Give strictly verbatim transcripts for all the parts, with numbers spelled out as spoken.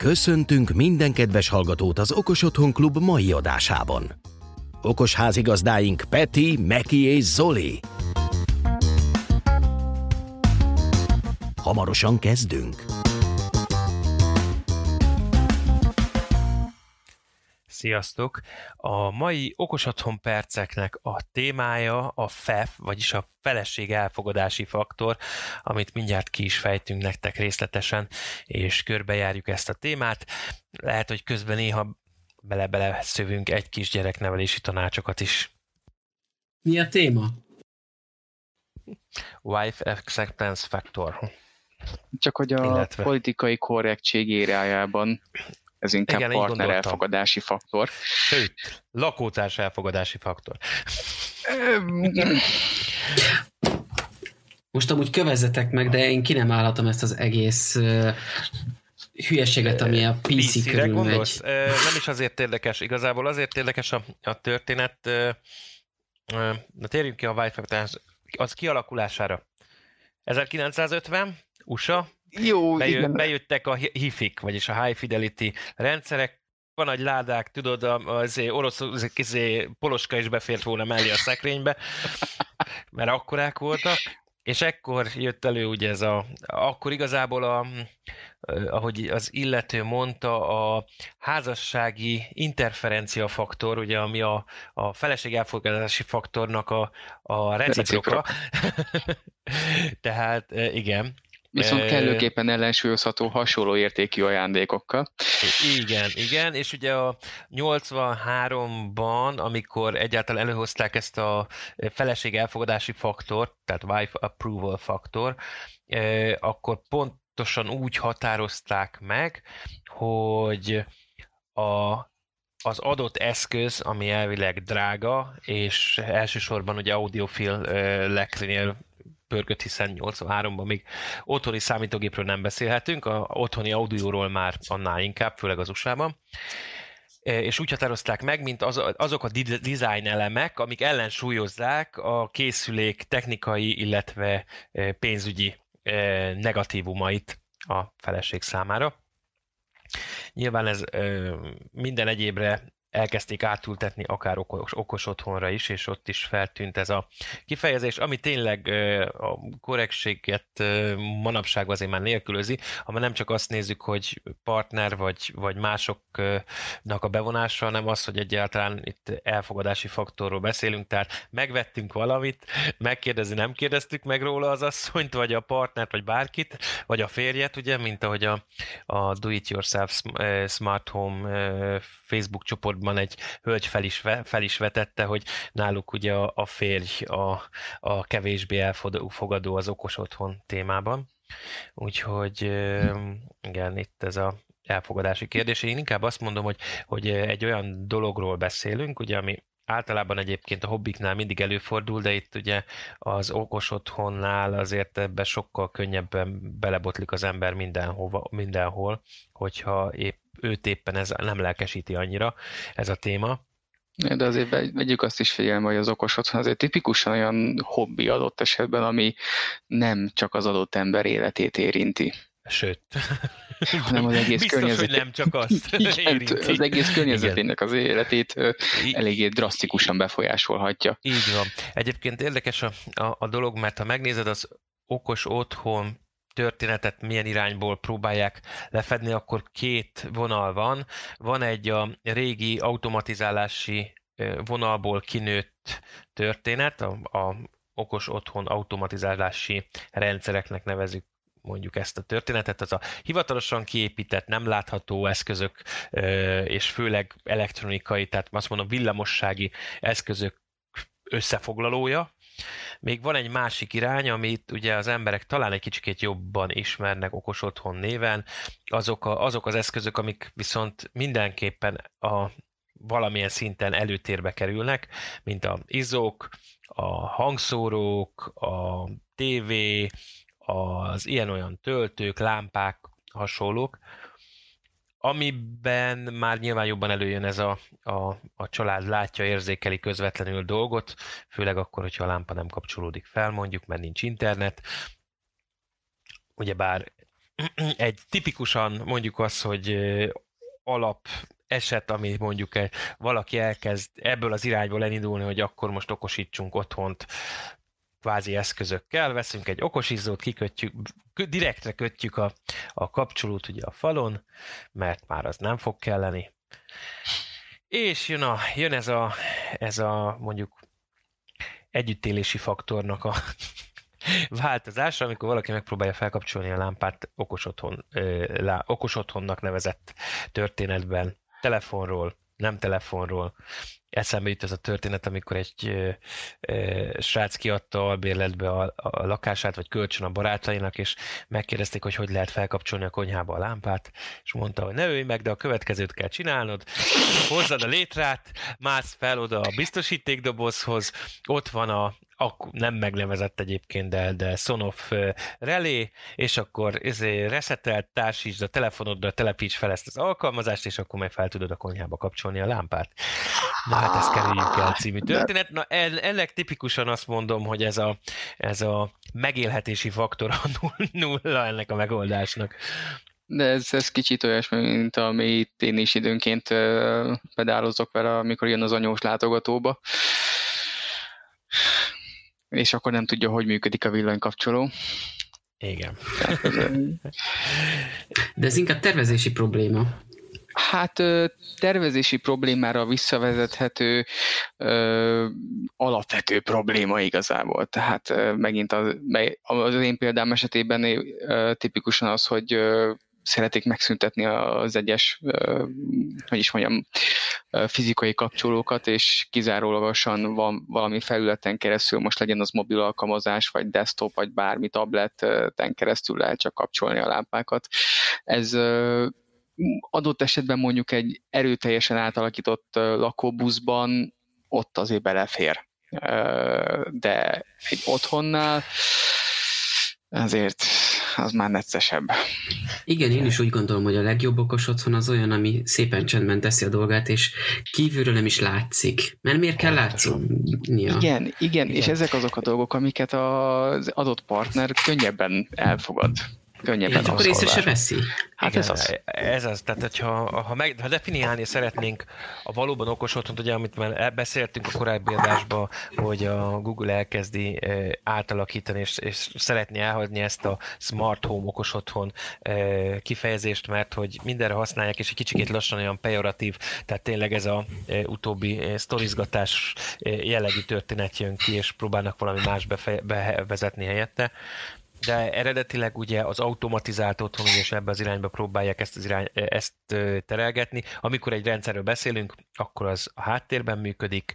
Köszöntünk minden kedves hallgatót az Okos Otthon Klub mai adásában. Okos házigazdáink Peti, Meki és Zoli. Hamarosan kezdünk. Sziasztok! A mai Okos Otthon perceknek a témája a F E F, vagyis a feleség elfogadási faktor, amit mindjárt ki is fejtünk nektek részletesen, és körbejárjuk ezt a témát. Lehet, hogy közben néha bele-bele szövünk egy kis gyereknevelési tanácsokat is. Mi a téma? Wife Acceptance Factor. Csak hogy a Illetve... politikai korrektség érájában ez inkább Igen, partner elfogadási faktor. Sőt, lakótárs elfogadási faktor. Most amúgy kövezzetek meg, de én ki nem állhatom ezt az egész uh, hülyeséget, ami a pé cé körül gondolsz? megy. Nem is azért érdekes, igazából azért érdekes a, a történet. Na térjünk ki a Wi-Fi az kialakulására. ezerkilencszázötven, u es á, Jó, Bejö, bejöttek a hifik, vagyis a High Fidelity rendszerek, van egy ládák, tudod, az orosz az, poloska is befért volna mellé a szekrénybe, mert akkorák voltak, és ekkor jött elő ugye ez a, akkor igazából a, ahogy az illető mondta, a házassági interferencia faktor, ugye, ami a, a feleség elfogadási faktornak a, a reciproka. Tehát igen. Viszont kellőképpen ellensúlyozható hasonló értékű ajándékokkal. Igen, igen, és ugye a nyolcvanháromban, amikor egyáltalán előhozták ezt a feleség elfogadási faktort, tehát wife approval faktor, akkor pontosan úgy határozták meg, hogy a az adott eszköz, ami elvileg drága, és elsősorban ugye audiofil leknél pörgött, hiszen nyolcvanháromban még otthoni számítógépről nem beszélhetünk, a otthoni audióról már annál inkább, főleg az u es á-ban. És úgy határozták meg, mint az, azok a design elemek, amik ellensúlyozzák a készülék technikai, illetve pénzügyi negatívumait a feleség számára. Nyilván ez minden egyébre elkezdték átültetni akár okos, okos otthonra is, és ott is feltűnt ez a kifejezés, ami tényleg a korrektséget manapság azért már nélkülözi, ha nem csak azt nézzük, hogy partner vagy, vagy másoknak a bevonása, hanem az, hogy egyáltalán itt elfogadási faktorról beszélünk, tehát megvettünk valamit, megkérdezni nem kérdeztük meg róla az asszonyt, vagy a partnert, vagy bárkit, vagy a férjet, ugye, mint ahogy a, a Do It Yourself Smart Home Facebook csoport egy hölgy fel is, fel is vetette, hogy náluk ugye a, a férj a, a kevésbé elfogadó az okos otthon témában. Úgyhogy igen, itt ez a elfogadási kérdés. Én inkább azt mondom, hogy, hogy egy olyan dologról beszélünk, ugye, ami általában egyébként a hobbiknál mindig előfordul, de itt ugye az okos otthonnál azért ebbe sokkal könnyebben belebotlik az ember mindenhova, mindenhol, hogyha épp, őt éppen ez nem lelkesíti annyira ez a téma. De azért vegyük azt is figyelme, hogy az okos otthon azért tipikusan olyan hobbi adott esetben, ami nem csak az adott ember életét érinti. Sőt. hanem az egész Biztos, környezet... hogy nem csak azt érinti. Az egész környezetének az életét eléggé drasztikusan befolyásolhatja. Így van. Egyébként érdekes a, a, a dolog, mert ha megnézed az okos otthon történetet milyen irányból próbálják lefedni, akkor két vonal van. Van egy a régi automatizálási vonalból kinőtt történet, a, a okos otthon automatizálási rendszereknek nevezzük mondjuk ezt a történetet, az a hivatalosan kiépített, nem látható eszközök, és főleg elektronikai, tehát azt mondom villamossági eszközök összefoglalója. Még van egy másik irány, amit ugye az emberek talán egy kicsikét jobban ismernek okos otthon néven, azok, a, azok az eszközök, amik viszont mindenképpen a valamilyen szinten előtérbe kerülnek, mint a izzók, a hangszórók, a tévé, az ilyen-olyan töltők, lámpák, hasonlók, amiben már nyilván jobban előjön ez a, a, a család látja, érzékeli közvetlenül dolgot, főleg akkor, hogyha a lámpa nem kapcsolódik fel, mondjuk, mert nincs internet. Ugyebár egy tipikusan mondjuk az, hogy alap eset, ami mondjuk valaki elkezd ebből az irányból elindulni, hogy akkor most okosítsunk otthont kvázi eszközökkel, veszünk egy okosizzót, kikötjük, direktre kötjük a, a kapcsolót ugye a falon, mert már az nem fog kelleni. És jön, a, jön ez, a, ez a mondjuk együttélési faktornak a változása, amikor valaki megpróbálja felkapcsolni a lámpát okos, otthon, lá, okos otthonnak nevezett történetben, telefonról, nem telefonról. Eszembe jut ez a történet, amikor egy ö, ö, srác kiadta albérletbe a, a lakását, vagy kölcsön a barátainak, és megkérdezték, hogy hogy lehet felkapcsolni a konyhába a lámpát, és mondta, hogy ne ölj meg, de a következőt kell csinálnod. Hozzad a létrát, mász fel oda a biztosítékdobozhoz, ott van a nem megnevezett egyébként, de, de son-off relé, és akkor resetelt, társítsd a telefonoddal, telepíts fel ezt az alkalmazást, és akkor meg fel tudod a konyhába kapcsolni a lámpát. Na hát ezt kerüljük el című történet. Na ennek tipikusan azt mondom, hogy ez a, ez a megélhetési faktor a nulla ennek a megoldásnak. De ez, ez kicsit olyasmi, mint amit én is időnként pedálozok vele, amikor jön az anyós látogatóba. És akkor nem tudja, hogy működik a villanykapcsoló. Igen. De ez inkább tervezési probléma. Hát tervezési problémára visszavezethető ö, alapvető probléma igazából. Tehát megint az, az én példám esetében ö, tipikusan az, hogy ö, szeretik megszüntetni az egyes, hogy is mondjam, fizikai kapcsolókat, és kizárólagosan van valami felületen keresztül, most legyen az mobil alkalmazás, vagy desktop, vagy bármi tableten keresztül lehet csak kapcsolni a lámpákat. Ez adott esetben mondjuk egy erőteljesen átalakított lakóbuszban ott azért belefér. De egy otthonnál azért az már neccesebb. Igen, én is úgy gondolom, hogy a legjobb okos otthon az olyan, ami szépen csendben teszi a dolgát, és kívülről nem is látszik. Mert miért kell látszania? Igen, igen, igen, és ezek azok a dolgok, amiket az adott partner könnyebben elfogad. Könnyebben akkor észre se veszi. Hát igen, ez az. Ez az. Tehát, hogyha, ha, meg, ha definiálni szeretnénk a valóban okos otthont, ugye, amit már beszéltünk a korábbi adásban, hogy a Google elkezdi e, átalakítani, és, és szeretné elhagyni ezt a smart home okos otthon e, kifejezést, mert hogy mindenre használják, és egy kicsikét lassan olyan pejoratív, tehát tényleg ez a e, utóbbi e, sztorizgatás e, jellegű történet jön ki, és próbálnak valami más befe, bevezetni helyette. De eredetileg ugye az automatizált otthon, és ebbe az irányba próbálják ezt, az irány, ezt terelgetni. Amikor egy rendszerről beszélünk, akkor az a háttérben működik.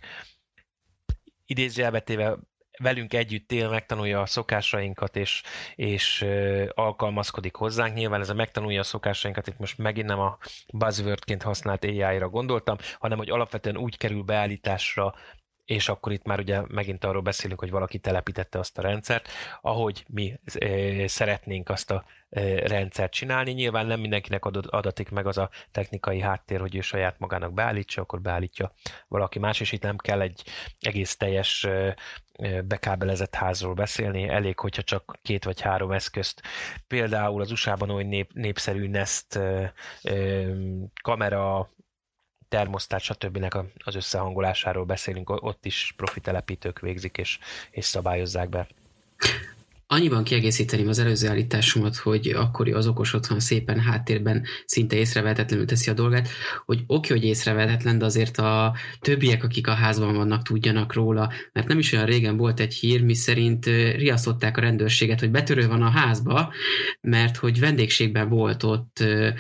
Idézőjelbetéve velünk együtt él, megtanulja a szokásainkat, és, és alkalmazkodik hozzánk. Nyilván ez a megtanulja a szokásainkat, itt most megint nem a buzzwordként használt á í-ra gondoltam, hanem hogy alapvetően úgy kerül beállításra, és akkor itt már ugye megint arról beszélünk, hogy valaki telepítette azt a rendszert, ahogy mi e, szeretnénk azt a e, rendszert csinálni. Nyilván nem mindenkinek adatik meg az a technikai háttér, hogy ő saját magának beállítsa, akkor beállítja valaki más, és itt nem kell egy egész teljes e, bekábelezett házról beszélni, elég, hogyha csak két vagy három eszközt, például az u es á-ban olyan nép, népszerű Nest e, e, kamera, termosztát, stb. Az összehangolásáról beszélünk, ott is profi telepítők végzik és, és szabályozzák be. Annyiban kiegészíteném az előző állításomat, hogy akkori az okos otthon szépen háttérben szinte észrevehetetlenül teszi a dolgát, hogy oké, hogy észrevehetetlen, de azért a többiek, akik a házban vannak, tudjanak róla, mert nem is olyan régen volt egy hír, miszerint riasztották a rendőrséget, hogy betörő van a házba, mert hogy vendégségben volt ott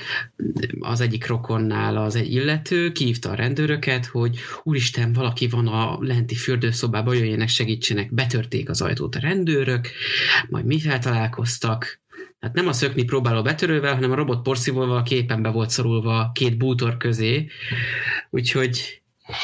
az egyik rokonnál az egy illető, kihívta a rendőröket, hogy úristen, valaki van a lenti fürdőszobában, jöjjenek, segítsenek, betörték az ajtót a rendőrök, majd mi feltalálkoztak. Hát nem a szökni próbáló betörővel, hanem a robot porszívóval, aki éppen be volt szorulva két bútor közé. Úgyhogy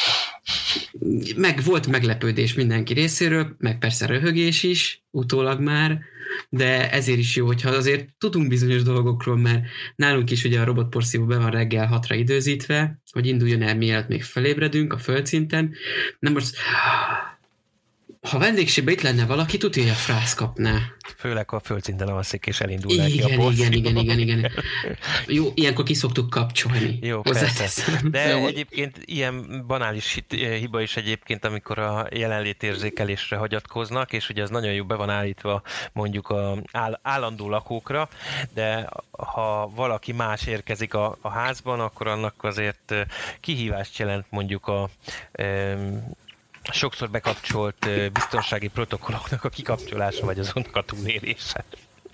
meg volt meglepődés mindenki részéről, meg persze röhögés is, utólag már, de ezért is jó, hogyha azért tudunk bizonyos dolgokról, mert nálunk is ugye a robotporszívó be van reggel hatra időzítve, hogy induljon el, mielőtt még felébredünk a földszinten. Nem most Ha vendégségben itt lenne valaki, tudja, hogy a frász kapná. Főleg, ha a földszinten alszik, és elindul neki Igen, a porszívó. igen, igen, igen, igen. Jó, ilyenkor ki szoktuk kapcsolni. Jó, persze. De Jó. Egyébként ilyen banális hiba is egyébként, amikor a jelenlétérzékelésre hagyatkoznak, és ugye az nagyon jó be van állítva mondjuk a áll, állandó lakókra, de ha valaki más érkezik a, a házban, akkor annak azért kihívást jelent mondjuk a sokszor bekapcsolt biztonsági protokolloknak a kikapcsolása, vagy azonnak a túlélése.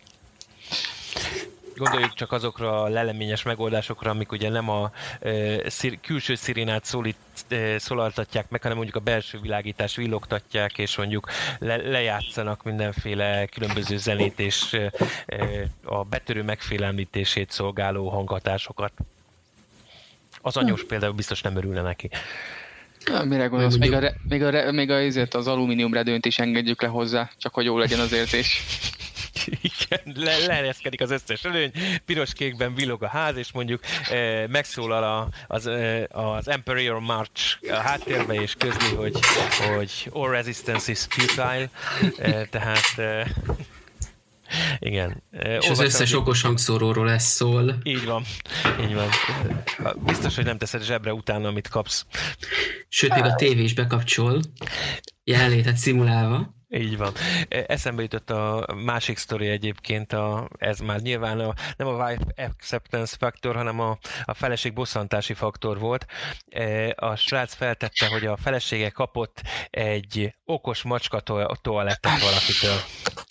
Gondoljuk csak azokra a leleményes megoldásokra, amik ugye nem a e, szir, külső szirénát szólít, e, szólaltatják meg, hanem mondjuk a belső világítást villogtatják, és mondjuk le, lejátszanak mindenféle különböző zenét, és e, a betörő megfélemlítését szolgáló hanghatásokat. Az anyós például biztos nem örülne neki. Na, mire gondolsz? Még, a, még, a, még a, azért az alumínium redőnyt is engedjük le hozzá, csak hogy jó legyen az érzés. Igen, le, leereszkedik az összes előny, piros-kékben villog a ház, és mondjuk eh, megszólal a, az, eh, az Emperor March a háttérbe, és közli, hogy, hogy all resistance is futile, eh, tehát eh, igen. És az összes okos hangszóróról lesz szól. Így van, így van. Biztos, hogy nem teszed zsebre utána, amit kapsz. Sőt, még a tévé is bekapcsol, jelenlétet szimulálva. Így van. Eszembe jutott a másik sztori egyébként, a, ez már nyilván a, nem a wife acceptance faktor, hanem a, a feleség bosszantási faktor volt. A srác feltette, hogy a felesége kapott egy okos macska to- toalettet valakitől.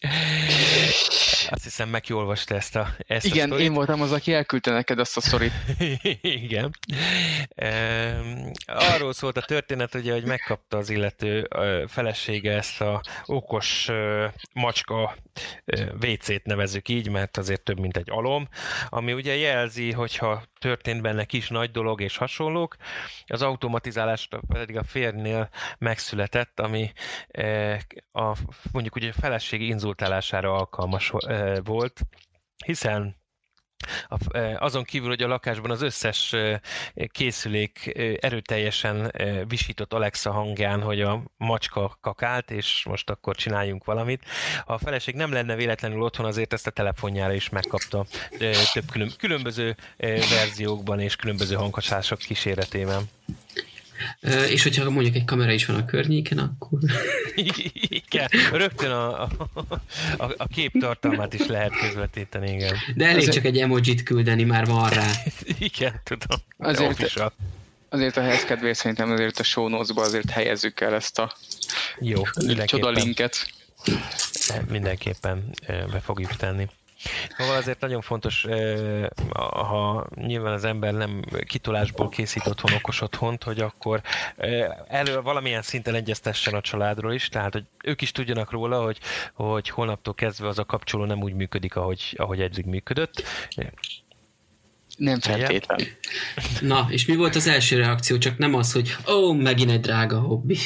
Azt hiszem, megkiolvasta ezt a ezt Igen, a sztorit. én voltam az, aki elküldte neked azt a sztorit. Igen. Um, arról szólt a történet, ugye, hogy megkapta az illető uh, felesége ezt a okos uh, macska uh, vécét, nevezzük így, mert azért több, mint egy alom, ami ugye jelzi, hogyha történt benne kis nagy dolog és hasonlók. Az automatizálás pedig a férjnél megszületett, ami uh, a, mondjuk ugye a feleség inzultálására alkalmas uh, volt, hiszen azon kívül, hogy a lakásban az összes készülék erőteljesen visított Alexa hangján, hogy a macska kakált, és most akkor csináljunk valamit. Ha a feleség nem lenne véletlenül otthon, azért ezt a telefonjára is megkapta több külön, különböző verziókban és különböző hanghatással kíséretében. Uh, és hogyha mondjuk egy kamera is van a környéken, akkor... Igen, rögtön a, a, a, a kép tartalmát is lehet közvetíteni, igen. De elég azért... csak egy emojit küldeni, már van rá. Igen, tudom. Azért, azért a helyez kedvéért szerintem azért a show notes-ba azért helyezzük el ezt a jó, csoda linket. Mindenképpen be fogjuk tenni. Szóval azért nagyon fontos, ha nyilván az ember nem kitolásból készít otthon okos otthont, hogy akkor elő valamilyen szinten egyeztessen a családról is, tehát hogy ők is tudjanak róla, hogy, hogy holnaptól kezdve az a kapcsoló nem úgy működik, ahogy, ahogy eddig működött. Nem feltétlen. Na, és mi volt az első reakció? Csak nem az, hogy ó, oh, megint egy drága hobbi.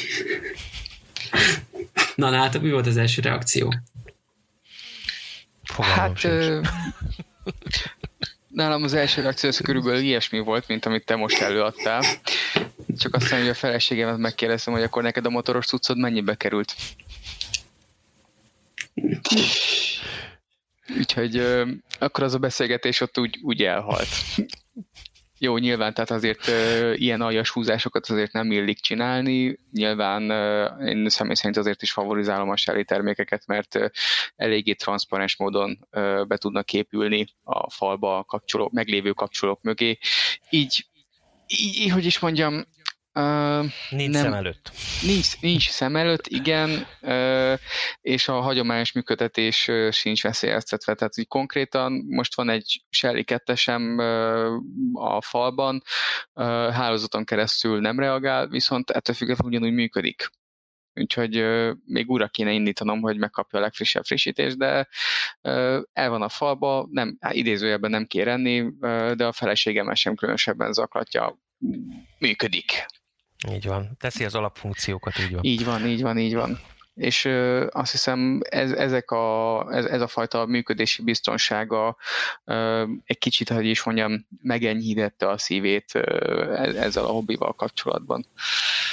Na, látok, mi volt az első reakció? Fogalmam hát ö, nálam az első reakció az körülbelül ilyesmi volt, mint amit te most előadtál. Csak aztán, hogy a feleségemet megkérdeztem, hogy akkor neked a motoros cuccod mennyibe került. Úgyhogy ö, akkor az a beszélgetés ott úgy, úgy elhalt. Jó, nyilván, tehát azért uh, ilyen aljas húzásokat azért nem illik csinálni. Nyilván uh, én személy szerint azért is favorizálom a Shelly termékeket, mert uh, eléggé transzparens módon uh, be tudnak épülni a falba a kapcsolók, meglévő kapcsolók mögé. Így, így hogy is mondjam, Uh, nincs nem, szem előtt. Nincs, nincs szem előtt, igen, uh, és a hagyományos működtetés uh, sincs veszélyeztetve. Tehát így konkrétan most van egy Shelly kettesem uh, a falban, uh, hálózaton keresztül nem reagál, viszont ettől függetlenül ugyanúgy működik. Úgyhogy uh, még újra kéne indítanom, hogy megkapja a legfrissebb frissítést, de uh, el van a falba, nem, idézőjelben nem kér enni, uh, de a feleségemmel sem különösebben zaklatja, működik. Így van. Teszi az alapfunkciókat, így van. Így van, így van, így van. És ö, azt hiszem ez, ezek a, ez, ez a fajta működési biztonsága ö, egy kicsit, hogy is mondjam, megenyhítette a szívét ö, ezzel a hobbival kapcsolatban.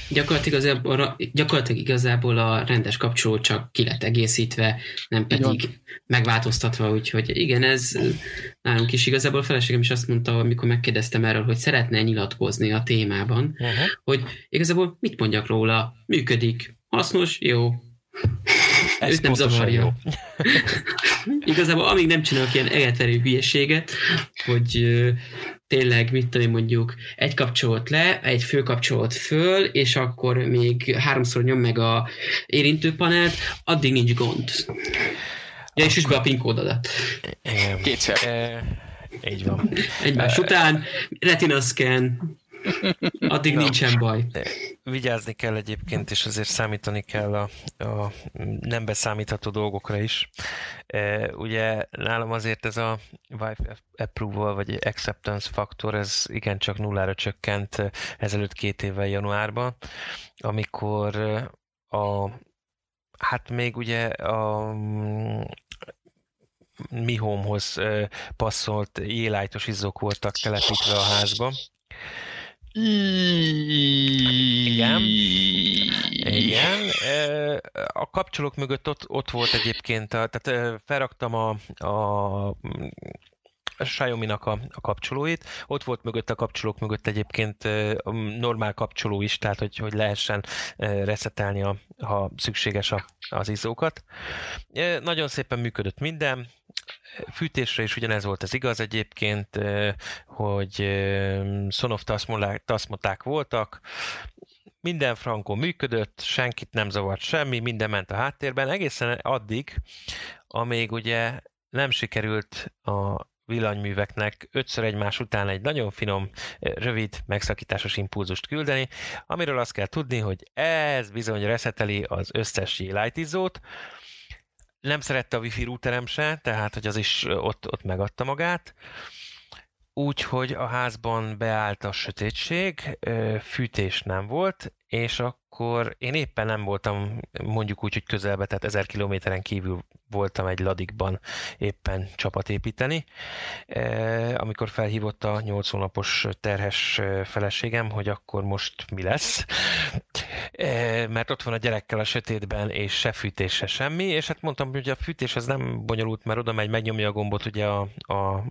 Gyakorlatilag igazából, gyakorlatilag igazából a rendes kapcsoló csak ki lett egészítve, nem pedig igen. megváltoztatva, úgyhogy igen, ez nálunk is igazából a feleségem is azt mondta, amikor megkérdeztem erről, hogy szeretne nyilatkozni a témában, uh-huh. hogy igazából mit mondjak róla, működik, hasznos, jó. Ez őt nem zavarja. Igazából amíg nem csinálok ilyen egetverő hülyeséget, hogy uh, tényleg, mit tudom mondjuk, egy kapcsolót le, egy főkapcsolót föl, és akkor még háromszor nyom meg a érintőpanelt, addig nincs gond. Ja, és üsd be a PIN kódodat. Kétszer. Így van. Egymás után, retina scan, addig no. nincsen baj. Vigyázni kell egyébként, és azért számítani kell a, a nem beszámítható dolgokra is. E, ugye nálam azért ez a Wi-Fi approval, vagy acceptance faktor, ez igencsak nullára csökkent ezelőtt két évvel januárban, amikor a hát még ugye a Mi Home-hoz passzolt J-Lite-os izzók voltak telepítve a házba. Igen. Igen. A kapcsolók mögött ott, ott volt egyébként, tehát felraktam a, a a Xiaomi-nak a, a kapcsolóit. Ott volt mögött a kapcsolók mögött egyébként a normál kapcsoló is, tehát hogy, hogy lehessen reszetelni, a, ha szükséges a, az izzókat. Nagyon szépen működött minden. Fűtésre is ugyanez volt az igaz egyébként, hogy Sonoff taszmoták voltak, minden frankon működött, senkit nem zavart semmi, minden ment a háttérben, egészen addig, amíg ugye nem sikerült a villanyműveknek ötször egymás után egy nagyon finom, rövid, megszakításos impulzust küldeni, amiről azt kell tudni, hogy ez bizony reszeteli az összes J-Lite izzót. Nem szerette a Wi-Fi routerem se, tehát hogy az is ott, ott megadta magát. Úgyhogy a házban beállt a sötétség, fűtés nem volt, és akkor én éppen nem voltam mondjuk úgy, hogy közelbe, tehát ezer kilométeren kívül voltam egy ladikban éppen csapat építeni, amikor felhívott a nyolc hónapos terhes feleségem, hogy akkor most mi lesz, mert ott van a gyerekkel a sötétben, és se fűtés, se semmi, és hát mondtam, hogy a fűtés az nem bonyolult, mert oda megy, megnyomja a gombot ugye a, a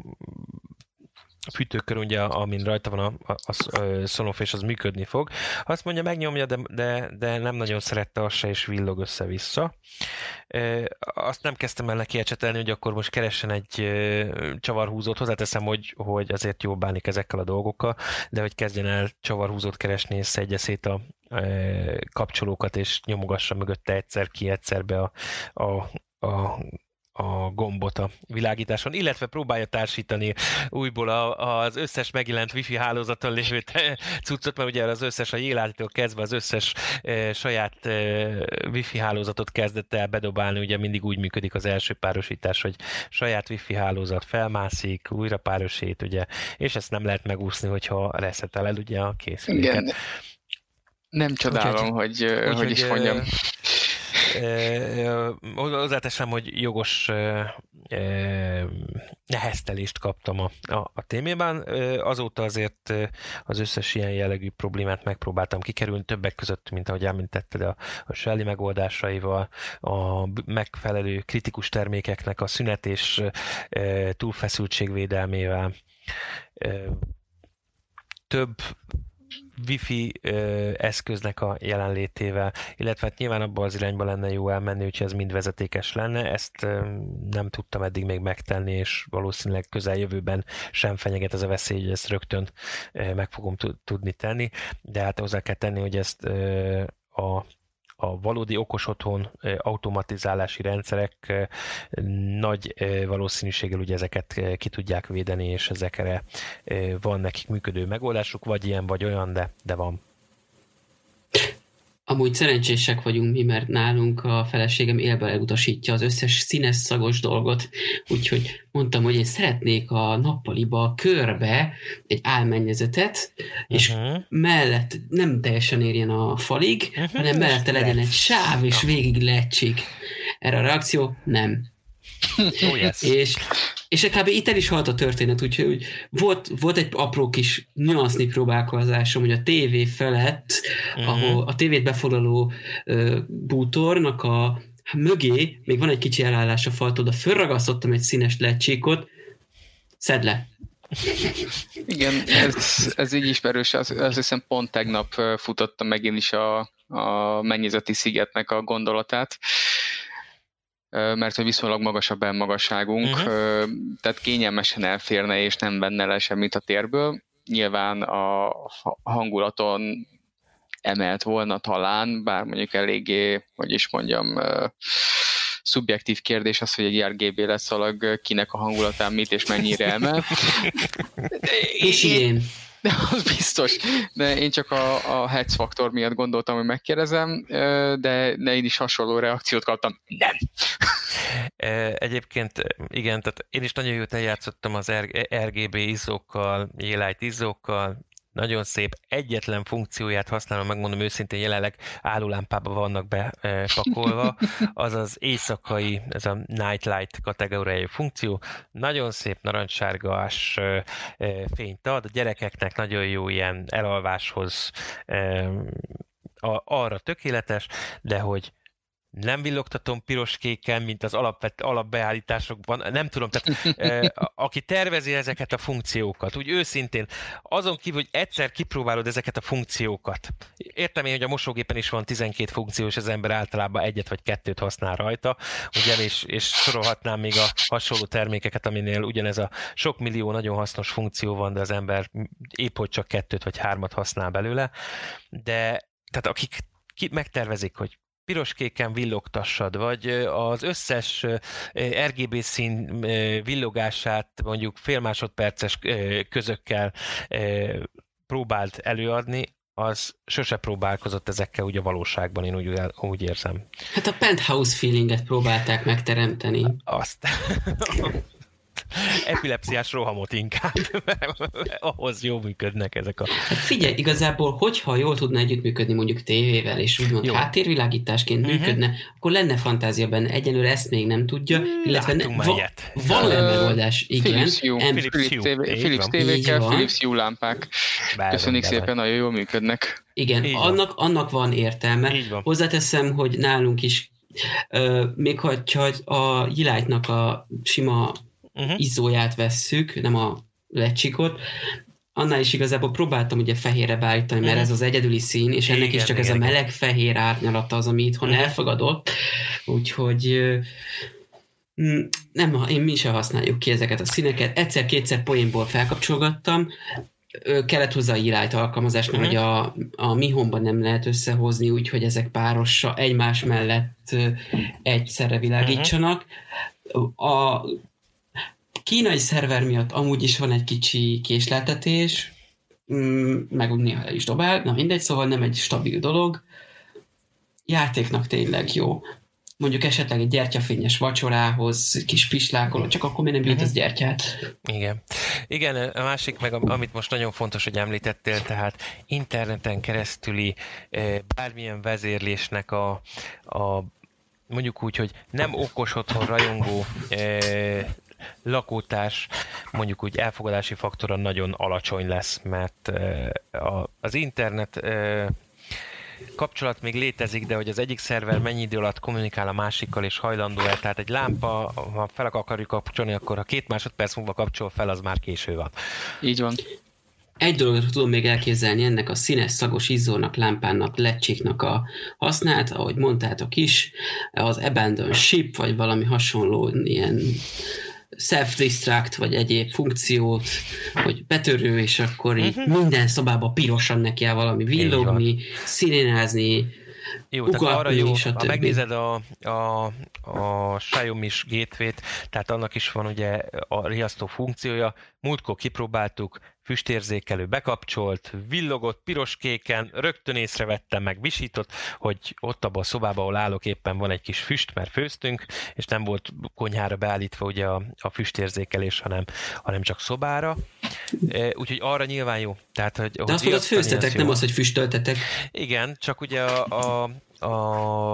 fűtőkör, ugye, amin rajta van a, a, a Sonoff, és az működni fog. Azt mondja, megnyomja, de, de, de nem nagyon szerette azt se, és villog össze-vissza. E, azt nem kezdtem el neki ecsetelni, hogy akkor most keressen egy e, csavarhúzót. Hozzáteszem, hogy, hogy azért jól bánik ezekkel a dolgokkal, de hogy kezdjen el csavarhúzót keresni, és szedje szét a e, kapcsolókat, és nyomogassa mögötte egyszer ki, egyszer be a, a, a a gombot a világításon, illetve próbálja társítani újból a, az összes megjelent Wi-Fi hálózaton lévő cuccot, mert ugye az összes, a J-Lite-től kezdve az összes e, saját e, Wi-Fi hálózatot kezdett el bedobálni, ugye mindig úgy működik az első párosítás, hogy saját Wi-Fi hálózat felmászik, újra párosít, ugye, és ezt nem lehet megúszni, hogyha reszeteled ugye a készüléket. Igen. Nem csodálom, úgy, hogy, úgy, hogy is mondjam. Hozzáteszem, hogy jogos neheztelést kaptam a, a, a témében. Azóta azért az összes ilyen jellegű problémát megpróbáltam kikerülni, többek között, mint ahogy említetted, a, a Shelly megoldásaival, a megfelelő kritikus termékeknek a szünet és túlfeszültségvédelmével. Több Wi-Fi ö, eszköznek a jelenlétével, illetve hát nyilván abban az irányba lenne jó elmenni, hogyha ez mind vezetékes lenne. Ezt ö, nem tudtam eddig még megtenni, és valószínűleg közeljövőben sem fenyeget ez a veszély, hogy ezt rögtön ö, meg fogom tudni tenni, de hát hozzá kell tenni, hogy ezt ö, a a valódi okos otthon automatizálási rendszerek nagy valószínűséggel ugye ezeket ki tudják védeni, és ezekre van nekik működő megoldásuk, vagy ilyen, vagy olyan, de, de van. Amúgy szerencsések vagyunk mi, mert nálunk a feleségem élbe elutasítja az összes színes, szagos dolgot, úgyhogy mondtam, hogy én szeretnék a nappaliba körbe egy álmennyezetet, és uh-huh. mellett nem teljesen érjen a falig, uh-huh. hanem mellette legyen egy sáv, és végig lecsik. Erre a reakció nem. Oh, yes. És És kb. Itt el is halt a történet, úgyhogy volt, volt egy apró kis nüansznyi próbálkozásom, hogy a tévé felett, uh-huh. ahol a tévét befoglaló uh, bútornak a mögé, még van egy kicsi elállás a faltól, de fölragasztottam egy színes ledcsíkot, szedd le. Igen, ez, ez így ismerős, azt, azt hiszem pont tegnap futottam meg én is a, a mennyezeti szigetnek a gondolatát, mert hogy viszonylag magas a bennmagasságunk, uh-huh. tehát kényelmesen elférne, és nem venne le semmit a térből. Nyilván a hangulaton emelt volna talán, bár mondjuk eléggé, hogy is mondjam, szubjektív kérdés az, hogy egy er gé bé leszalag kinek a hangulatán mit és mennyire emel. És én. De az biztos. De én csak a, a Hex faktor miatt gondoltam, hogy megkérdezem, de, de én is hasonló reakciót kaptam. Nem. Egyébként igen, tehát én is nagyon jót eljátszottam az er gé bé izzókkal, Yeelight izzókkal, nagyon szép, egyetlen funkcióját használom, megmondom őszintén, jelenleg állólámpában vannak bepakolva, az az éjszakai, ez a Nightlight kategóriájú funkció, nagyon szép narancssárgás fényt ad, a gyerekeknek nagyon jó ilyen elalváshoz arra tökéletes, de hogy nem villogtatom piros-kéken, mint az alapvet, alapbeállításokban. Nem tudom, tehát e, aki tervezi ezeket a funkciókat, úgy őszintén, azon kívül, hogy egyszer kipróbálod ezeket a funkciókat. Értem én, hogy a mosógépen is van tizenkét funkció, és az ember általában egyet vagy kettőt használ rajta, ugye, és, és sorolhatnám még a hasonló termékeket, aminél ugyanez a sok millió nagyon hasznos funkció van, de az ember épp hogy csak kettőt vagy hármat használ belőle. De tehát akik ki, megtervezik, hogy piros-kéken villogtassad, vagy az összes er gé bé szín villogását mondjuk fél másodperces közökkel próbált előadni, az sose próbálkozott ezekkel úgy a valóságban, én úgy, úgy érzem. Hát a penthouse feelinget próbálták megteremteni. Azt. Epilepsziás rohamot inkább, mert ahhoz jól működnek ezek a... Hát figyelj, igazából, hogyha jól tudna együttműködni mondjuk tévével, és úgymond jó. háttérvilágításként uh-huh. működne, akkor lenne fantázia benne. Egyelőre ezt még nem tudja, illetve ne, va- van olyan megoldás. Igen. Philips Hue, em- Philips, TV, Philips tévékkel, Philips Hue lámpák. Bár Köszönjük szépen, van. Nagyon jól működnek. Igen, annak, annak van értelme. Van. Hozzáteszem, hogy nálunk is, uh, még ha a Yeelightnak a sima Uh-huh. izzóját vesszük, nem a lecsikot, annál is igazából próbáltam ugye fehérre beállítani, mert uh-huh. ez az egyedüli szín, és ennek igen, is csak igen, ez igen. a meleg-fehér árnyalata az, ami itthon uh-huh. elfogadott, úgyhogy nem, én mi sem használjuk ki ezeket a színeket. Egyszer-kétszer poénból felkapcsolgattam, kellett hozzá a Yeelight alkalmazás, mert uh-huh. a, a Mi Home-ban nem lehet összehozni, úgyhogy ezek párossa egymás mellett egyszerre világítsanak. Uh-huh. A kínai szerver miatt amúgy is van egy kicsi késleltetés, meg úgy néha el is dobál, na mindegy, szóval nem egy stabil dolog. Játéknak tényleg jó. Mondjuk esetleg egy gyertyafényes vacsorához, kis pislákoló, csak akkor még nem jut az gyertyát. Igen. Igen, a másik meg, amit most nagyon fontos, hogy említettél, tehát interneten keresztüli bármilyen vezérlésnek a, a mondjuk úgy, hogy nem okos otthon rajongó lakótárs, mondjuk úgy elfogadási faktora nagyon alacsony lesz, mert az internet kapcsolat még létezik, de hogy az egyik szerver mennyi idő alatt kommunikál a másikkal és hajlandó el, tehát egy lámpa, ha fel akarjuk kapcsolni, akkor ha két másodperc múlva kapcsol fel, az már késő van. Így van. Egy dologra tudom még elképzelni ennek a színes, szagos izzónak, lámpának, lecsiknak a használt, ahogy mondtátok is, az Abandon Ship, vagy valami hasonló ilyen self-destruct, vagy egyéb funkciót, hogy betörő, és akkor így uh-huh. minden szobában pirosan neki kell valami villogni, szirénázni, jó, ugatni, arra jó, ha megnézed a, a, a Xiaomi-s gateway-t, tehát annak is van ugye a riasztó funkciója, múltkor kipróbáltuk, füstérzékelő bekapcsolt, villogott piros-kéken, rögtön észrevettem, meg visított, hogy ott abban a szobában, ahol állok, éppen van egy kis füst, mert főztünk, és nem volt konyhára beállítva ugye a, a füstérzékelés, hanem, hanem csak szobára. Úgyhogy arra nyilván jó. Tehát, hogy, de azt mondod, főztetek, nem az, hogy füstöltetek. Igen, csak ugye a, a, a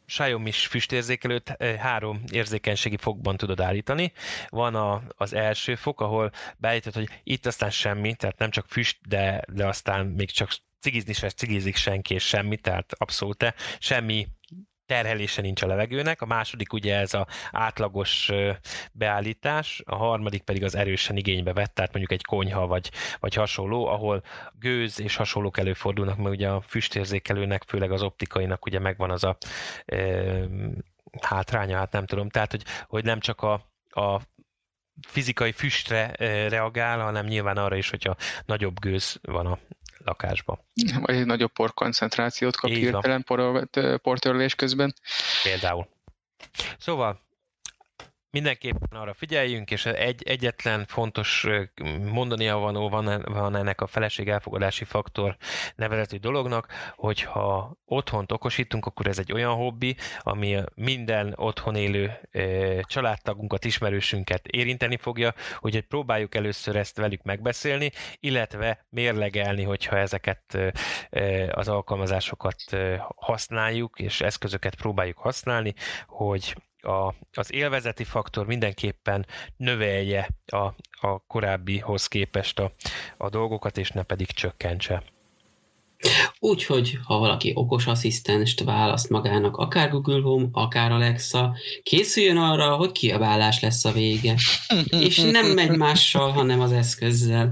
Xiaomi-s füstérzékelőt három érzékenységi fokban tudod állítani. Van a, az első fok, ahol beállítod, hogy itt aztán semmi, tehát nem csak füst, de, de aztán még csak cigizni se cigizik senki és semmi, tehát abszolút semmi terhelése nincs a levegőnek, a második ugye ez az átlagos beállítás, a harmadik pedig az erősen igénybe vett, tehát mondjuk egy konyha vagy, vagy hasonló, ahol gőz és hasonlók előfordulnak, mert ugye a füstérzékelőnek, főleg az optikainak ugye megvan az a e, hátránya, hát nem tudom, tehát hogy, hogy nem csak a, a fizikai füstre reagál, hanem nyilván arra is, hogyha nagyobb gőz van a lakásba. Vagy egy nagyobb porkoncentrációt kap hirtelen portörlés közben. Például. Szóval mindenképpen arra figyeljünk, és egy, egyetlen fontos mondania való van, van ennek a feleség elfogadási faktor nevezetű dolognak, hogyha otthont okosítunk, akkor ez egy olyan hobbi, ami minden otthon élő családtagunkat, ismerősünket érinteni fogja, úgyhogy próbáljuk először ezt velük megbeszélni, illetve mérlegelni, hogyha ezeket az alkalmazásokat használjuk, és eszközöket próbáljuk használni, hogy A, az élvezeti faktor mindenképpen növelje a, a korábbihoz képest a, a dolgokat, és ne pedig csökkentse. Úgyhogy, ha valaki okos asszisztenst választ magának, akár Google Home, akár Alexa, készüljön arra, hogy kiabálás lesz a vége. És nem megy mással, hanem az eszközzel.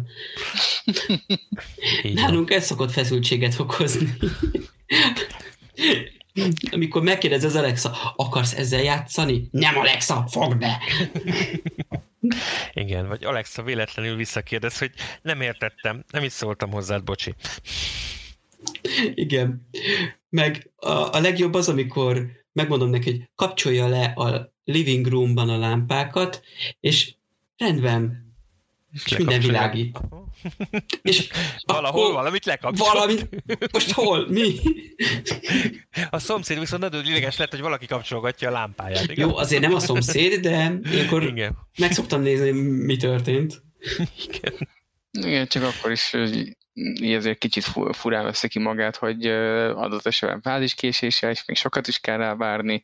Nálunk ez szokott feszültséget okozni. Amikor megkérdez az Alexa, akarsz ezzel játszani? Nem, Alexa, fogd be! Igen, vagy Alexa véletlenül visszakérdez, hogy nem értettem, nem is szóltam hozzád, bocsi. Igen. Meg a, a legjobb az, amikor megmondom neki, hogy kapcsolja le a living roomban a lámpákat, és rendben, és, és minden világít. És valahol akkor valamit lekapcsolt. Valamit, most hol? Mi? A szomszéd viszont nagyon ideges lett, hogy valaki kapcsolgatja a lámpáját. Igen? Jó, azért nem a szomszéd, de ilyenkor igen. Meg szoktam nézni, mi történt. Igen. Igen, csak akkor is így azért kicsit furán veszi ki magát, hogy adott esetben fáziskéséssel, és még sokat is kell rá várni.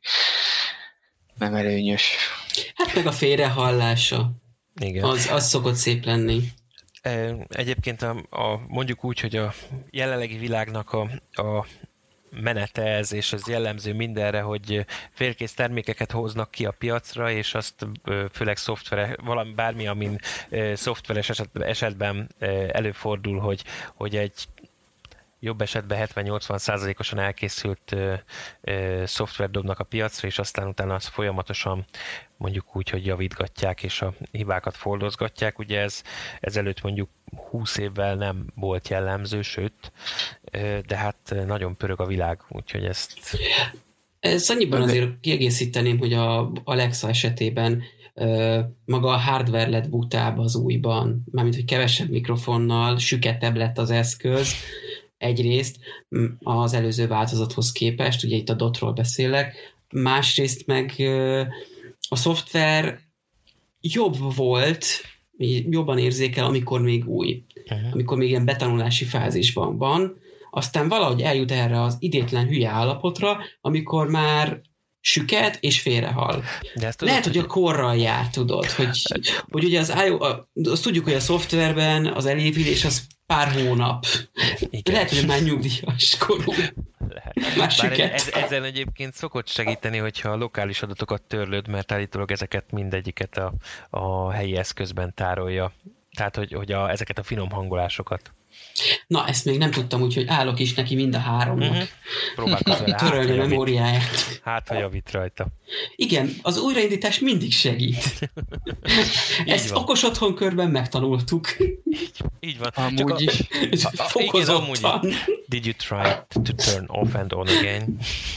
Nem előnyös. Hát meg a félrehallása. Igen. Az, az szokott szép lenni. Egyébként a, a, mondjuk úgy, hogy a jelenlegi világnak a, a menete ez, és az jellemző mindenre, hogy félkész termékeket hoznak ki a piacra, és azt főleg szoftvere, valami bármi, amin szoftveres esetben, esetben előfordul, hogy, hogy egy jobb esetben hetven-nyolcvan százalékosan elkészült ö, ö, szoftvert dobnak a piacra, és aztán utána azt folyamatosan mondjuk úgy, hogy javítgatják, és a hibákat fordozgatják. Ugye ez ezelőtt mondjuk húsz évvel nem volt jellemző, sőt, ö, de hát nagyon pörög a világ, úgyhogy ezt... Ez annyiban azért kiegészíteném, hogy a Alexa esetében ö, maga a hardware lett butább az újban, mármint, hogy kevesebb mikrofonnal, süketebb lett az eszköz, egyrészt az előző változathoz képest, ugye itt a dotról beszélek, másrészt meg a szoftver jobb volt, jobban érzékel, amikor még új, uh-huh. amikor még ilyen betanulási fázisban van, aztán valahogy eljut erre az idétlen hülye állapotra, amikor már süket és félrehal. Lehet, hogy a korral jár, tudod, hogy, hogy ugye az, azt tudjuk, hogy a szoftverben az elévülés az pár hónap. Igen. Lehet, hogy már nyugdíjas korú. Bár ez, ezen egyébként szokott segíteni, hogyha a lokális adatokat törlöd, mert állítólag ezeket mindegyiket a, a helyi eszközben tárolja. Tehát, hogy, hogy a, ezeket a finom hangolásokat. Na, ezt még nem tudtam, úgyhogy állok is neki mind a háromnak. Mm-hmm. Próbálkozz vele. Törölni a memóriáját. Hát, ha javít rajta. Igen, az újraindítás mindig segít. Ezt van. Okos otthonkörben megtanultuk. Így, így van. Amúgy a, is. A, a, fokozottan. Igen, Did you try to turn off and on again?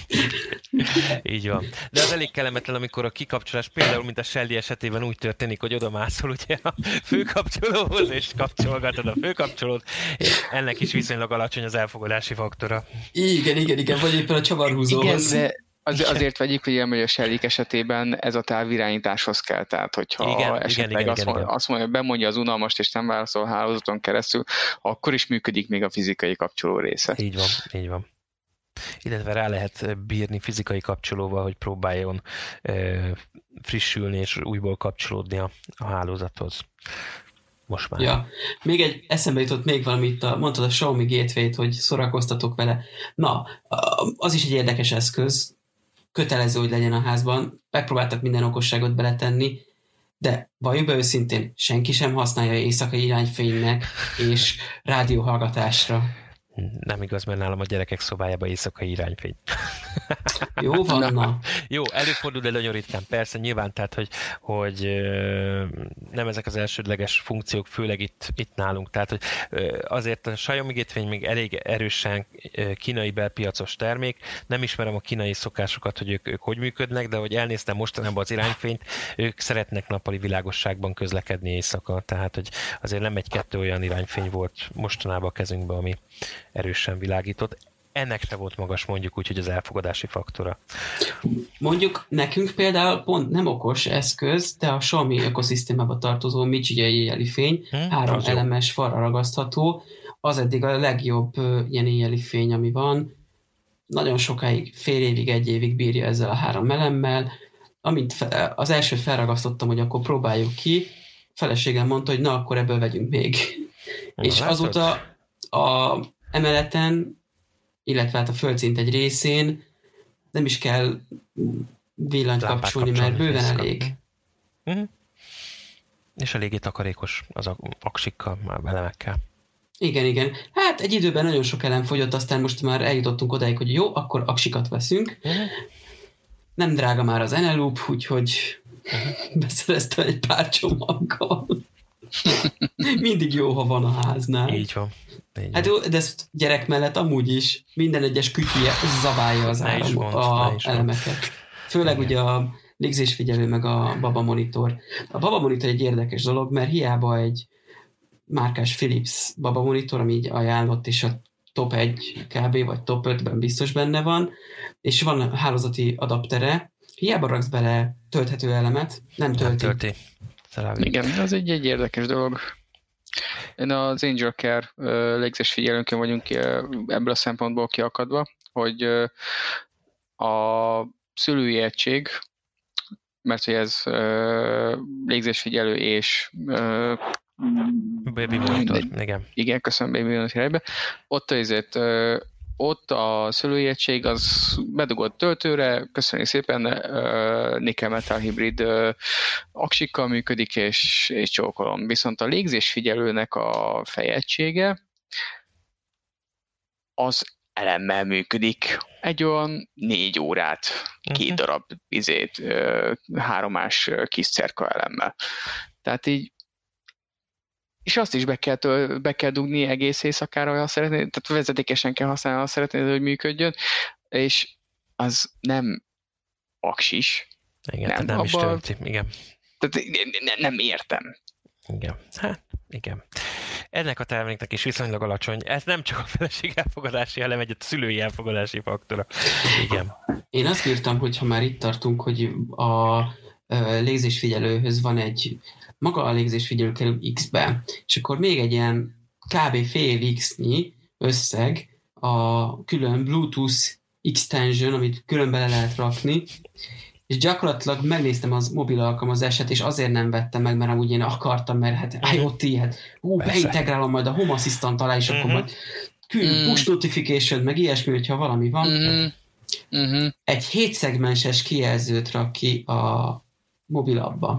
Így van. De az elég kellemetlen, amikor a kikapcsolás például, mint a Shelly esetében úgy történik, hogy odamászol ugye a főkapcsolóhoz, és kapcsolgatod a főkapcsolót. Ennek is viszonylag alacsony az elfogadási faktora. Igen, igen, igen, vagy éppen a csavarhúzóhoz. Igen, de az, azért vegyük, hogy a Shelly esetében ez a távirányításhoz kell, tehát hogyha igen, esetleg igen, igen, azt, igen, mondja, azt mondja, bemondja az unalmast, és nem válaszol a hálózaton keresztül, akkor is működik még a fizikai kapcsoló része. Így van, így van. illetve rá lehet bírni fizikai kapcsolóval, hogy próbáljon frissülni és újból kapcsolódni a, a hálózathoz. Most már. Ja. Még egy, eszembe jutott még valamit, a, mondtad a Xiaomi Gateway-t, hogy szórakoztatok vele. Na, az is egy érdekes eszköz, kötelező, hogy legyen a házban, megpróbáltak minden okosságot beletenni, de valljuk be őszintén, senki sem használja éjszakai irányfénynek és rádióhallgatásra. Nem igaz, mert nálam a gyerekek szobájában éjszakai irányfény. Jó van, na. Jó, előfordul, de nagyon ritkán. Persze, nyilván, tehát, hogy, hogy nem ezek az elsődleges funkciók, főleg itt, itt nálunk. Tehát, hogy azért a Xiaomi Gateway még elég erősen kínai belpiacos termék. Nem ismerem a kínai szokásokat, hogy ők, ők hogy működnek, de hogy elnéztem mostanában az irányfényt, ők szeretnek nappali világosságban közlekedni éjszaka. Tehát, hogy azért nem egy-kettő olyan irányfény volt mostanában a kezünkben, ami erősen világított. Ennek se volt magas, mondjuk úgy, hogy az elfogadási faktora. Mondjuk nekünk például pont nem okos eszköz, de a Xiaomi ökoszisztémába tartozó Michigai éjjeli fény, hmm, három elemes falra ragasztható, az eddig a legjobb ilyen éjjeli fény, ami van. Nagyon sokáig, fél évig, egy évig bírja ezzel a három elemmel. Amint fe, az elsőt felragasztottam, hogy akkor próbáljuk ki, feleségem mondta, hogy na, akkor ebből vegyünk még. Na, és látod? Azóta a emeleten, illetve hát a földszint egy részén nem is kell villanyt kapcsolni, mert bőven elég. Mm-hmm. És eléggé takarékos az aksikkal, már elemekkel. Igen, igen. Hát egy időben nagyon sok elem fogyott, aztán most már eljutottunk odáig, hogy jó, akkor aksikat veszünk. Mm-hmm. Nem drága már az Eneloop, úgyhogy mm-hmm. beszereztem egy pár csomaggal. Mindig jó, ha van a háznál. Így van. Így hát jó, de ezt gyerek mellett amúgy is minden egyes kütyüje zabálja az áram, mond, a elemeket. Főleg ugye a légzésfigyelő meg a Baba Monitor. A Baba Monitor egy érdekes dolog, mert hiába egy márkás Philips Baba Monitor, ami így ajánlott, és a top egy kb. Vagy top ötben biztos benne van, és van hálózati adaptere, hiába raksz bele tölthető elemet, nem tölti. Nem tölti. Igen, az egy, egy érdekes dolog. Én az Angel Care uh, légzésfigyelőnkön vagyunk uh, ebből a szempontból kiakadva, hogy uh, a szülői egység, mert hogy ez uh, légzésfigyelő és uh, Baby Monitor, igen. Igen, köszönöm, Baby Monitor helyben. Ott azért uh, ott a szülői egység az bedugott töltőre, köszönjük szépen, uh, nickel-metal hibrid uh, aksikkal működik, és, és csókolom. Viszont a légzésfigyelőnek a fejegysége az elemmel működik. Egy olyan négy órát, két darab izét, uh, háromás kis cerka elemmel. Tehát így és azt is be kell, től, be kell dugni egész éjszakára, ha szeretnéd, tehát vezetékesen kell használni, ha szeretnéd, hogy működjön, és az nem aksis. Igen, nem, nem abba, is tölti, igen. Tehát ne, nem értem. Igen, hát igen. Ennek a terméknek is viszonylag alacsony. Ez nem csak a feleség elfogadási elem, egy a szülői elfogadási faktora. Igen. Én azt írtam, hogy ha már itt tartunk, hogy a légzésfigyelőhöz van egy maga a légzésfigyelő kerül X-be, és akkor még egy ilyen kb. Fél X-nyi összeg a külön Bluetooth extension, amit külön bele lehet rakni, és gyakorlatilag megnéztem az mobil alkalmazását, és azért nem vettem meg, mert amúgy én akartam, mert hát IoT, hát hú, beintegrálom majd a Home Assistant alá, és akkor majd külön push notification, meg ilyesmi, hogyha valami van. Uh-huh. Egy hétszegmenses kijelzőt rak ki a mobil appba.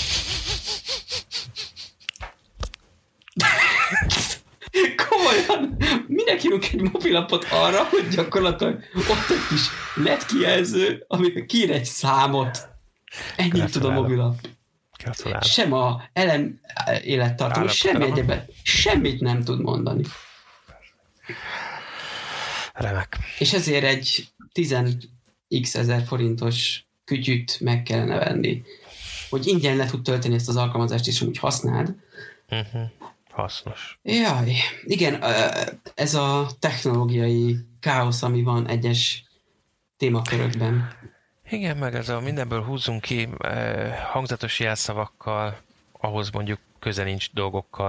Komolyan, minek írunk egy mobilapot arra, hogy gyakorlatilag ott egy kis led kijelző, amikor kiír egy számot. Ennyit tud a mobilap. Sem a elem élettartó, semmi egyebet, semmit nem tud mondani. Remek. És ezért egy tíz x ezer forintos kütyüt meg kellene venni, hogy ingyen le tud tölteni ezt az alkalmazást, és úgy használd. Uh-huh. Hasznos. Jaj, igen, ez a technológiai káosz, ami van egyes témakörökben. Igen, meg ez a mindenből húzzunk ki hangzatos jelszavakkal, ahhoz mondjuk köze nincs dolgokkal,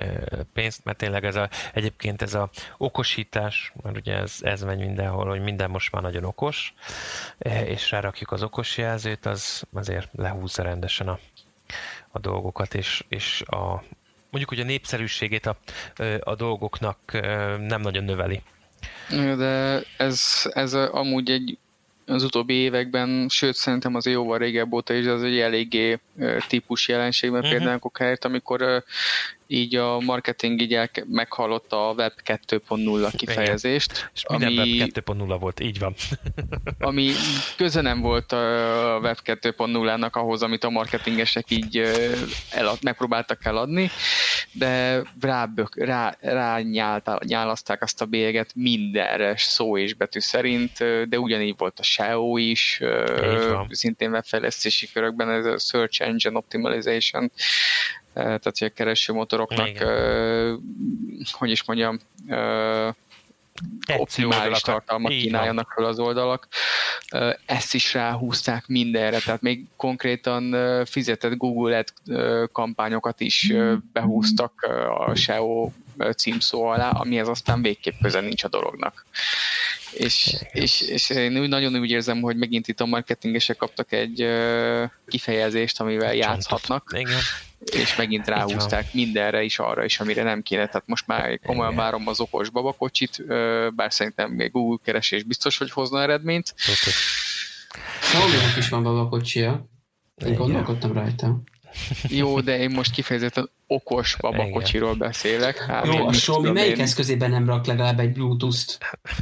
pénzt, mert tényleg ez a, egyébként ez a okosítás, mert ugye ez, ez megy mindenhol, hogy minden most már nagyon okos, és rárakjuk az okos jelzőt, az azért lehúzza rendesen a, a dolgokat, és, és a, mondjuk, hogy a népszerűségét a, a dolgoknak nem nagyon növeli. De ez, ez amúgy egy az utóbbi években, sőt szerintem az jóval régebb óta is, az egy eléggé típus jelenség, mert uh-huh. például helyett, amikor így a marketing így elke- meghallotta a web kettő pont nulla kifejezést. Igen. És minden ami, web kettő pont nulla volt, így van. Ami köze nem volt a web kettő pont nullának ahhoz, amit a marketingesek így elad, megpróbáltak eladni, de rábök, rá, rá nyálazták azt a bélyeget mindenre, szó és betű szerint, de ugyanígy volt a es e o is, szintén webfejlesztési körökben, ez a Search Engine Optimization, tehát hogy a keresőmotoroknak, uh, hogy is mondjam, uh, optimális tartalmat kínáljanak fel az oldalak. Uh, ezt is ráhúzták mindenre, tehát még konkrétan uh, fizetett Google Ads uh, kampányokat is uh, behúztak uh, a es e o címszó alá, amihez aztán végképp köze nincs a dolognak. És, és, és én úgy, nagyon úgy érzem, hogy megint itt a marketingesek kaptak egy uh, kifejezést, amivel játszhatnak. Igen. És megint ráhúzták mindenre is, arra is, amire nem kéne. Tehát most már komolyan várom az okos babakocsit, bár szerintem még Google keresés biztos, hogy hozna eredményt. Xiaomi-nak is van babakocsia. Én gondolkodtam rajta. Jó, de én most kifejezetten okos babakocsiról beszélek. Hát, jó, a Xiaomi melyik én... eszközében nem rak legalább egy Bluetooth-t?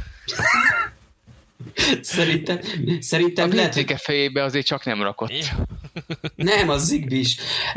Szerintem, szerintem a lehet, hogy... fejébe azért csak nem rakott. Nem, az Zigbee is.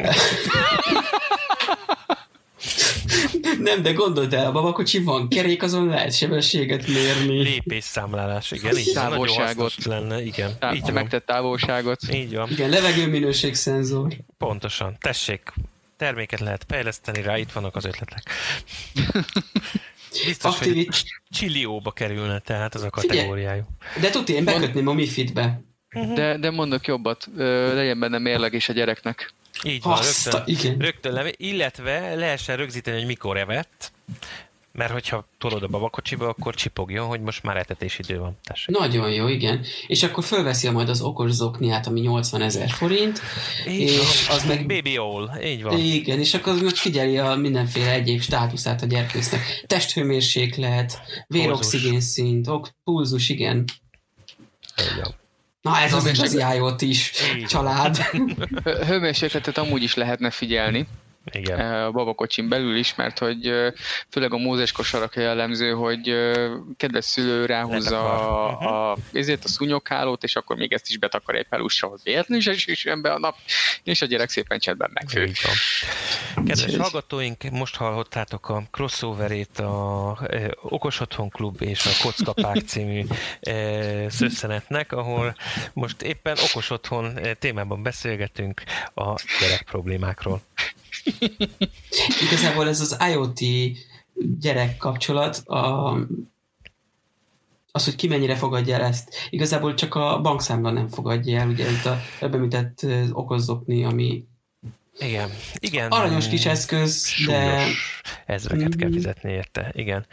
Nem, de gondold el, a babakocsi van kerék, azon lehet sebességet mérni. Lépésszámlálás, igen. Így távolságot. Lenne, igen. Tá- így megtett távolságot. Így van. Igen, levegőminőségszenzor. Pontosan. Tessék, terméket lehet fejleszteni rá, itt vannak az ötletek. Biztos, Activity... hogy Csillióba kerülne, tehát az a kategóriájú. De tudj, én bekötném a MiFID-be. De, de mondok jobbat, legyen benne mérleg is a gyereknek. Így van, Haszta, rögtön, rögtön leve, illetve lehessen rögzíteni, hogy mikor evett, mert hogyha tolod a babakocsiba, akkor csipogjon, hogy most már etetési idő van. Tessék. Nagyon jó, igen. És akkor fölveszi majd az okos zokniát, ami nyolcvanezer forint, így és van. Az meg... Baby all, így van. Igen, és akkor az meg figyeli a mindenféle egyéb státuszát a gyerkőcnek. Testhőmérséklet, véroxigénszint, pulzus, igen. Igen. Na ez az igazi IoT is család. Hőmérsékletet amúgy is lehetne figyelni. Igen. A babakocsin belül is, mert hogy főleg a mózes kosarakra jellemző, hogy kedves szülő ráhúzza a, a, ezért a szúnyoghálót, és akkor még ezt is betakarja egy pelussal, hogy véletlenül is süssön be a nap, és a gyerek szépen csendben megfő. Kedves hallgatóink, most hallhattátok a crossoverét a e, Okos Otthon Klub és a Kockapák című e, szösszenetnek, ahol most éppen okos otthon témában beszélgetünk a gyerek problémákról. Igazából ez az IoT gyerek kapcsolat, a, az, hogy ki mennyire fogadja el ezt. Igazából csak a bankszámla nem fogadja el, ugye itt a említett okozzokni, ami igen, igen. aranyos kis eszköz, de ezreket kell fizetni érte, igen.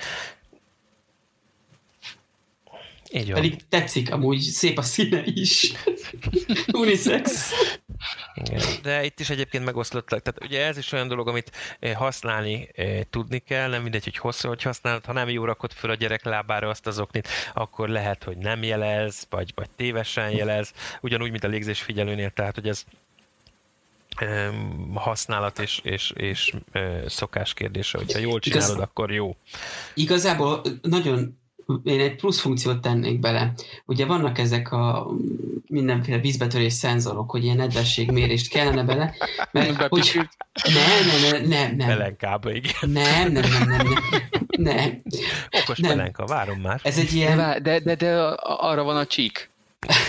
Így van. Pedig tetszik, amúgy szép a színe is. Unisex. Igen. De itt is egyébként megoszlottak. Tehát ugye ez is olyan dolog, amit használni tudni kell, nem mindegy, hogy hosszú, hogy használod, ha nem jó rakod föl a gyerek lábára azt az oknit, akkor lehet, hogy nem jelez, vagy, vagy tévesen jelez, ugyanúgy, mint a légzésfigyelőnél, tehát hogy ez használat és, és, és szokás kérdése, hogyha jól csinálod, Igaz... akkor jó. Igazából nagyon én egy plusz funkciót tennék bele. Ugye vannak ezek a mindenféle vízbetörés szenzorok, hogy ilyen nedvességmérést kellene bele, mert hogy... Nem, nem, nem, nem. Pelenkába, igen. Nem, nem, nem, nem, nem. nem. Okos nem. Pelenka, várom már. Ez egy ilyen... De, de, de arra van a csík.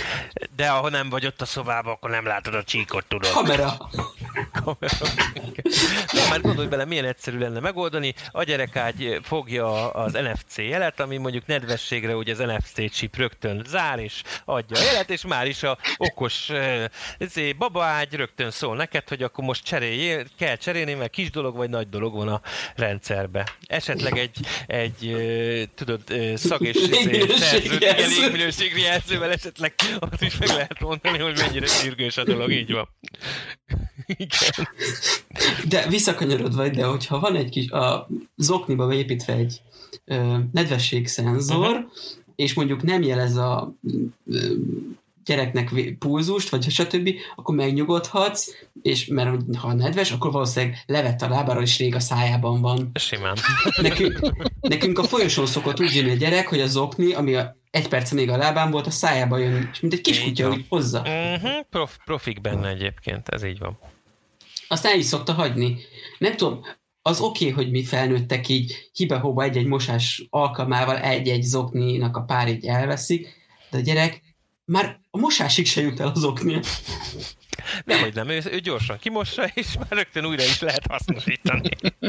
De ha nem vagy ott a szobában, akkor nem látod a csíkot, tudod. Kamera. Kamera. Nem, már gondolj bele, milyen egyszerű lenne megoldani. A gyerekágy fogja az en ef cé jelet, ami mondjuk nedvességre ugye az en ef cé chip rögtön zár, és adja a jelet, és már is a okos uh, babaágy rögtön szól neked, hogy akkor most cseréljél, kell cserélni, mert kis dolog vagy nagy dolog van a rendszerbe. Esetleg egy, egy uh, tudod, uh, szag és légminőségi jelzővel esetleg azt is meg lehet mondani, hogy mennyire sürgős a dolog, így van. Igen. De visszakanyarodva, de hogyha van egy kis, a zokniba beépítve egy ö, nedvességszenzor, uh-huh. és mondjuk nem jelez a ö, gyereknek pulzust, vagy stb., akkor megnyugodhatsz, és mert ha nedves, akkor valószínűleg levett a lábáról, és rég a szájában van. Simán. Nekünk, nekünk a folyosón szokott úgy jönni a gyerek, hogy a zokni, ami a egy perce még a lábán volt, a szájába jön, és mint egy kis kutya, úgy hozza. Uh-huh. Prof, profik benne egyébként, ez így van. Azt el is szokta hagyni. Nem tudom, az oké, okay, hogy mi felnőttek így hibe-hóba egy-egy mosás alkalmával egy-egy zokninak a pár így elveszik, de a gyerek már a mosásig se jut el az oknia. Nehogy nem, ő, ő gyorsan kimossa, és már rögtön újra is lehet hasznosítani.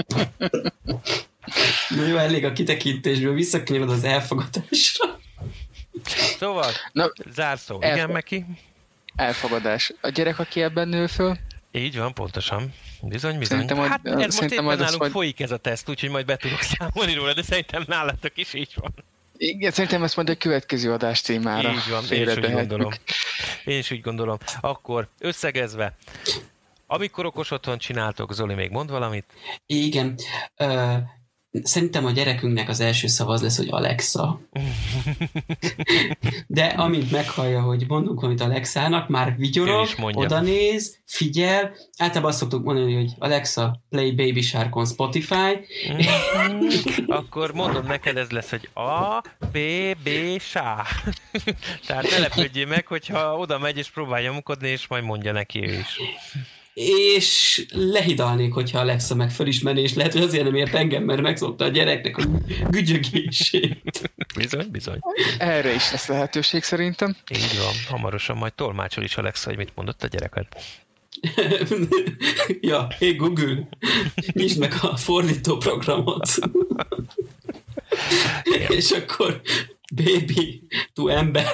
Na jó, elég a kitekintésből, visszakanyarod az elfogadásra. Szóval, Na, zárszó. Elf- Igen, Meki? Elfogadás. A gyerek, aki ebben nő föl? Így van, pontosan. Bizony, bizony. Szerintem, hát hogy, most éppen nálunk vagy... folyik ez a teszt, úgyhogy majd be tudok számolni róla, de szerintem nálatok is így van. Igen, szerintem ezt majd a következő adás témára így van, én is úgy gondolom. Én is úgy gondolom. Akkor összegezve, amikor okos otthon csináltok, Zoli, még mond valamit? Igen. Uh, szerintem a gyerekünknek az első szava az lesz, hogy Alexa. De amint meghallja, hogy mondunk valamit Alexának, már vigyorog, odanéz, figyel. Általában azt szoktuk mondani, hogy Alexa, play Baby Shark on Spotify. Akkor mondom neked, ez lesz, hogy A, B, B, S. Tehát ne lepődjél meg, hogyha oda megy és próbálja mukodni, és majd mondja neki ő is. És lehidalnék, hogyha Alexa meg fölismerné, és lehet, hogy azért nem ért engem, mert megszokta a gyereknek a gügyögését. Bizony, bizony. Erre is lesz lehetőség szerintem. Így van, hamarosan majd tolmácsol is Alexa, hogy mit mondott a gyereket. Ja, hé hey Google, nyisd meg a fordító programot. És akkor baby to ember.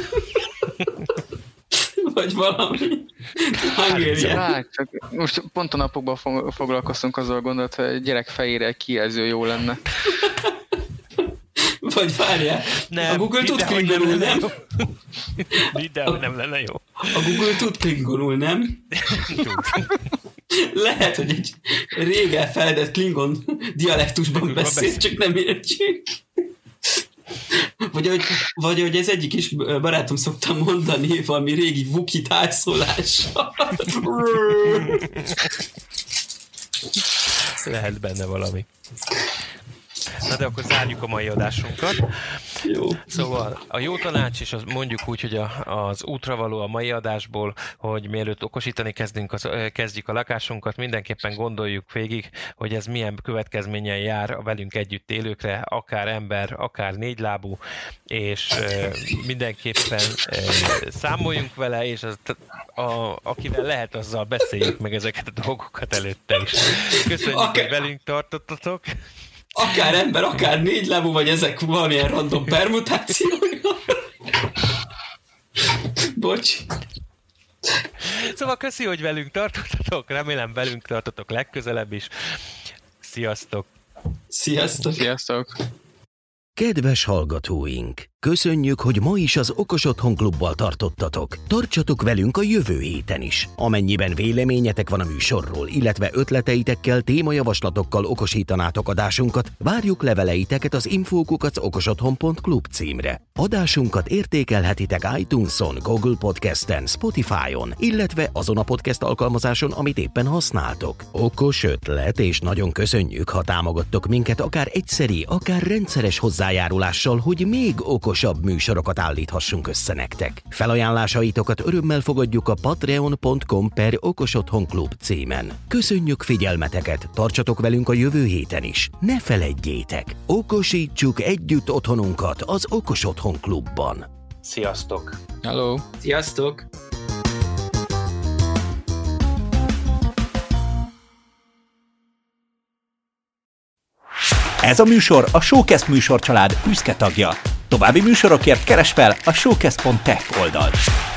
Vagy valami. Hát, most pont a napokban foglalkoztunk azzal a gondolat, hogy a gyerek fejére kijelző jó lenne. Vagy várjál, nem, a Google tud klingonul, nem? Videó nem lenne jó. A Google tud klingonul, nem? Lehet, hogy egy rég elfeledett klingon dialektusban beszél, csak nem értjük. Vagy hogy, vagy hogy ez egyik is barátom szoktam mondani, valami régi Wookiee tájszólással. Lehet benne valami. Na de akkor zárjuk a mai adásunkat. Jó. Szóval a jó tanács, és az mondjuk úgy, hogy a, az útravaló a mai adásból, hogy mielőtt okosítani kezdünk, az, kezdjük a lakásunkat, mindenképpen gondoljuk végig, hogy ez milyen következménnyel jár a velünk együtt élőkre, akár ember, akár négylábú, és e, mindenképpen e, számoljunk vele, és az, a, akivel lehet, azzal beszéljük meg ezeket a dolgokat előtte is. Köszönjük, okay. hogy velünk tartottatok. Akár ember, akár négylábú, vagy ezek valamilyen random permutációk. Bocs. Szóval köszi, hogy velünk tartottatok, remélem velünk tartotok legközelebb is. Sziasztok! Sziasztok! Sziasztok! Kedves hallgatóink! Köszönjük, hogy ma is az Okos Otthon Klubbal tartottatok. Tartsatok velünk a jövő héten is. Amennyiben véleményetek van a műsorról, illetve ötleteitekkel, témajavaslatokkal okosítanátok adásunkat, várjuk leveleiteket az info kukac okosotthon pont klub címre. Adásunkat értékelhetitek iTunes-on, Google Podcasten, Spotify-on, illetve azon a podcast alkalmazáson, amit éppen használtok. Okos ötlet, és nagyon köszönjük, ha támogattok minket akár egyszeri, akár rendszeres hozzájárulással, hogy még okos okosabb műsorokat állíthassunk össze nektek. Felajánlásaitokat örömmel fogadjuk a patreon pont com per okosotthon klub címen. Köszönjük figyelmeteket, tartsatok velünk a jövő héten is. Ne feledjétek, okosítsuk együtt otthonunkat az Okos Otthon Klubban. Sziasztok! Hello! Sziasztok! Ez a műsor a Showcast műsorcsalád büszke tagja. További műsorokért keresd fel a showcast pont tech oldalt.